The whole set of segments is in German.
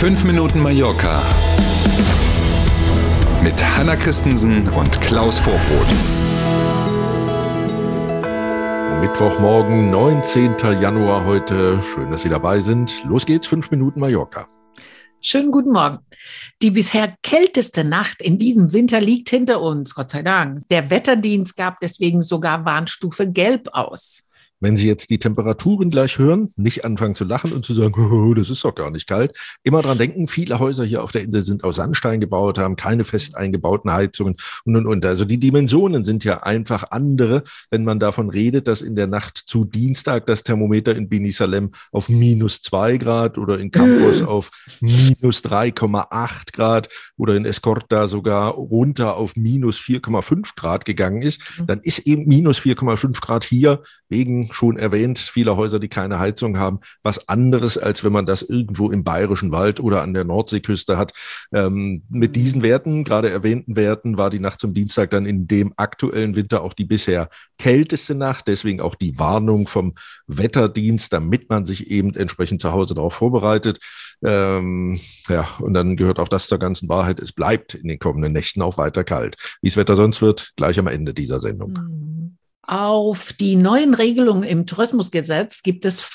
5 Minuten Mallorca mit Hanna Christensen und Klaus Vorbrot. Mittwochmorgen, 19. Januar heute. Schön, dass Sie dabei sind. Los geht's, 5 Minuten Mallorca. Schönen guten Morgen. Die bisher kälteste Nacht in diesem Winter liegt hinter uns, Gott sei Dank. Der Wetterdienst gab deswegen sogar Warnstufe Gelb aus. Wenn Sie jetzt die Temperaturen gleich hören, nicht anfangen zu lachen und zu sagen, oh, das ist doch gar nicht kalt. Immer dran denken, viele Häuser hier auf der Insel sind aus Sandstein gebaut, haben keine fest eingebauten Heizungen und. Also die Dimensionen sind ja einfach andere, wenn man davon redet, dass in der Nacht zu Dienstag das Thermometer in Beni Salem auf -2 Grad oder in Campos auf -3,8 Grad oder in Escorta sogar runter auf -4,5 Grad gegangen ist. Dann ist eben -4,5 Grad hier wegen schon erwähnt, viele Häuser, die keine Heizung haben, was anderes, als wenn man das irgendwo im Bayerischen Wald oder an der Nordseeküste hat. Mit diesen Werten, gerade erwähnten Werten, war die Nacht zum Dienstag dann in dem aktuellen Winter auch die bisher kälteste Nacht. Deswegen auch die Warnung vom Wetterdienst, damit man sich eben entsprechend zu Hause darauf vorbereitet. Und dann gehört auch das zur ganzen Wahrheit. Es bleibt in den kommenden Nächten auch weiter kalt. Wie das Wetter sonst wird, gleich am Ende dieser Sendung. Auf die neuen Regelungen im Tourismusgesetz gibt es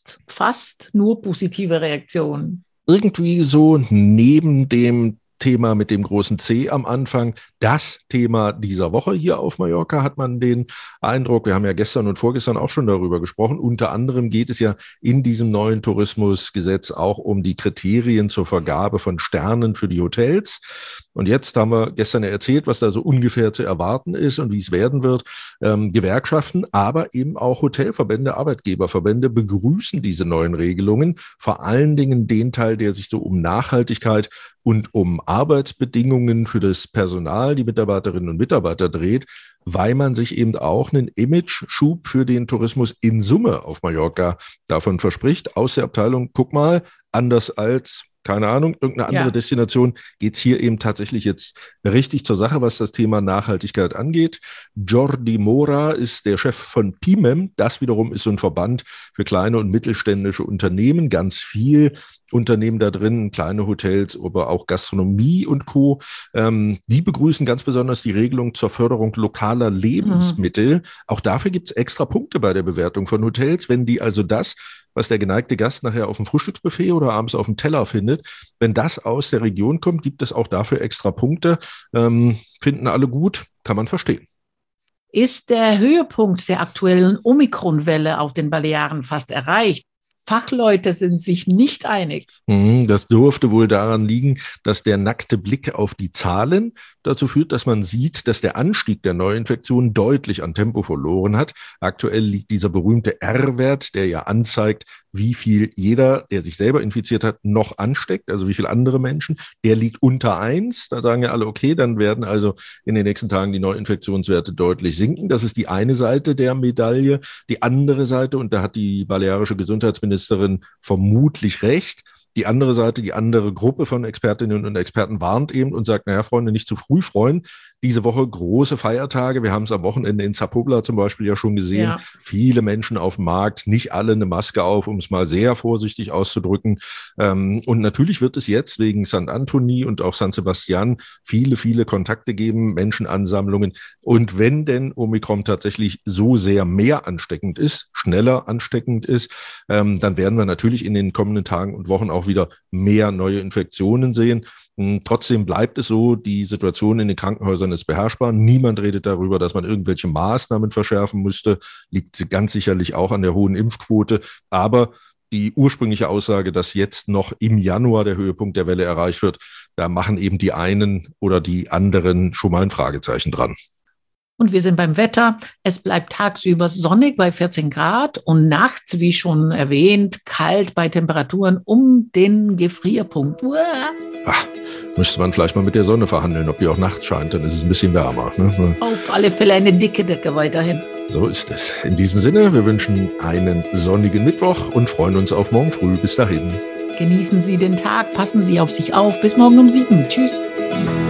fast nur positive Reaktionen. Irgendwie so neben dem Thema mit dem großen C am Anfang, das Thema dieser Woche hier auf Mallorca, hat man den Eindruck. Wir haben ja gestern und vorgestern auch schon darüber gesprochen. Unter anderem geht es ja in diesem neuen Tourismusgesetz auch um die Kriterien zur Vergabe von Sternen für die Hotels. Und jetzt haben wir gestern ja erzählt, was da so ungefähr zu erwarten ist und wie es werden wird. Gewerkschaften, aber eben auch Hotelverbände, Arbeitgeberverbände begrüßen diese neuen Regelungen. Vor allen Dingen den Teil, der sich so um Nachhaltigkeit und um Arbeitsbedingungen für das Personal, die Mitarbeiterinnen und Mitarbeiter dreht, weil man sich eben auch einen Image-Schub für den Tourismus in Summe auf Mallorca davon verspricht. Aus der Abteilung, guck mal, anders als keine Ahnung, irgendeine andere Destination, geht's hier eben tatsächlich jetzt richtig zur Sache, was das Thema Nachhaltigkeit angeht. Jordi Mora ist der Chef von PIMEM. Das wiederum ist so ein Verband für kleine und mittelständische Unternehmen. Ganz viel Unternehmen da drin, kleine Hotels, aber auch Gastronomie und Co. Die begrüßen ganz besonders die Regelung zur Förderung lokaler Lebensmittel. Auch dafür gibt's extra Punkte bei der Bewertung von Hotels, wenn die also das, was der geneigte Gast nachher auf dem Frühstücksbuffet oder abends auf dem Teller findet, wenn das aus der Region kommt, gibt es auch dafür extra Punkte. Finden alle gut, kann man verstehen. Ist der Höhepunkt der aktuellen Omikron-Welle auf den Balearen fast erreicht? Fachleute sind sich nicht einig. Das dürfte wohl daran liegen, dass der nackte Blick auf die Zahlen dazu führt, dass man sieht, dass der Anstieg der Neuinfektionen deutlich an Tempo verloren hat. Aktuell liegt dieser berühmte R-Wert, der ja anzeigt, wie viel jeder, der sich selber infiziert hat, noch ansteckt, also wie viele andere Menschen, der liegt unter 1. Da sagen ja alle, okay, dann werden also in den nächsten Tagen die Neuinfektionswerte deutlich sinken. Das ist die eine Seite der Medaille. Die andere Seite, und da hat die balearische Gesundheitsministerin vermutlich recht, die andere Seite, die andere Gruppe von Expertinnen und Experten warnt eben und sagt, naja, Freunde, nicht zu früh freuen. Diese Woche große Feiertage. Wir haben es am Wochenende in Zapobla zum Beispiel ja schon gesehen. Ja. Viele Menschen auf dem Markt, nicht alle eine Maske auf, um es mal sehr vorsichtig auszudrücken. Und natürlich wird es jetzt wegen St. Anthony und auch San Sebastian viele Kontakte geben, Menschenansammlungen. Und wenn denn Omikron tatsächlich so sehr mehr ansteckend ist, schneller ansteckend ist, dann werden wir natürlich in den kommenden Tagen und Wochen auch wieder mehr neue Infektionen sehen. Trotzdem bleibt es so, die Situation in den Krankenhäusern ist beherrschbar. Niemand redet darüber, dass man irgendwelche Maßnahmen verschärfen müsste. Liegt ganz sicherlich auch an der hohen Impfquote. Aber die ursprüngliche Aussage, dass jetzt noch im Januar der Höhepunkt der Welle erreicht wird, da machen eben die einen oder die anderen schon mal ein Fragezeichen dran. Und wir sind beim Wetter. Es bleibt tagsüber sonnig bei 14 Grad und nachts, wie schon erwähnt, kalt bei Temperaturen um den Gefrierpunkt. Müsste man vielleicht mal mit der Sonne verhandeln, ob die auch nachts scheint, dann ist es ein bisschen wärmer. Ne? Auf alle Fälle eine dicke Decke weiterhin. So ist es. In diesem Sinne, wir wünschen einen sonnigen Mittwoch und freuen uns auf morgen früh. Bis dahin. Genießen Sie den Tag, passen Sie auf sich auf. Bis morgen um 7. Tschüss.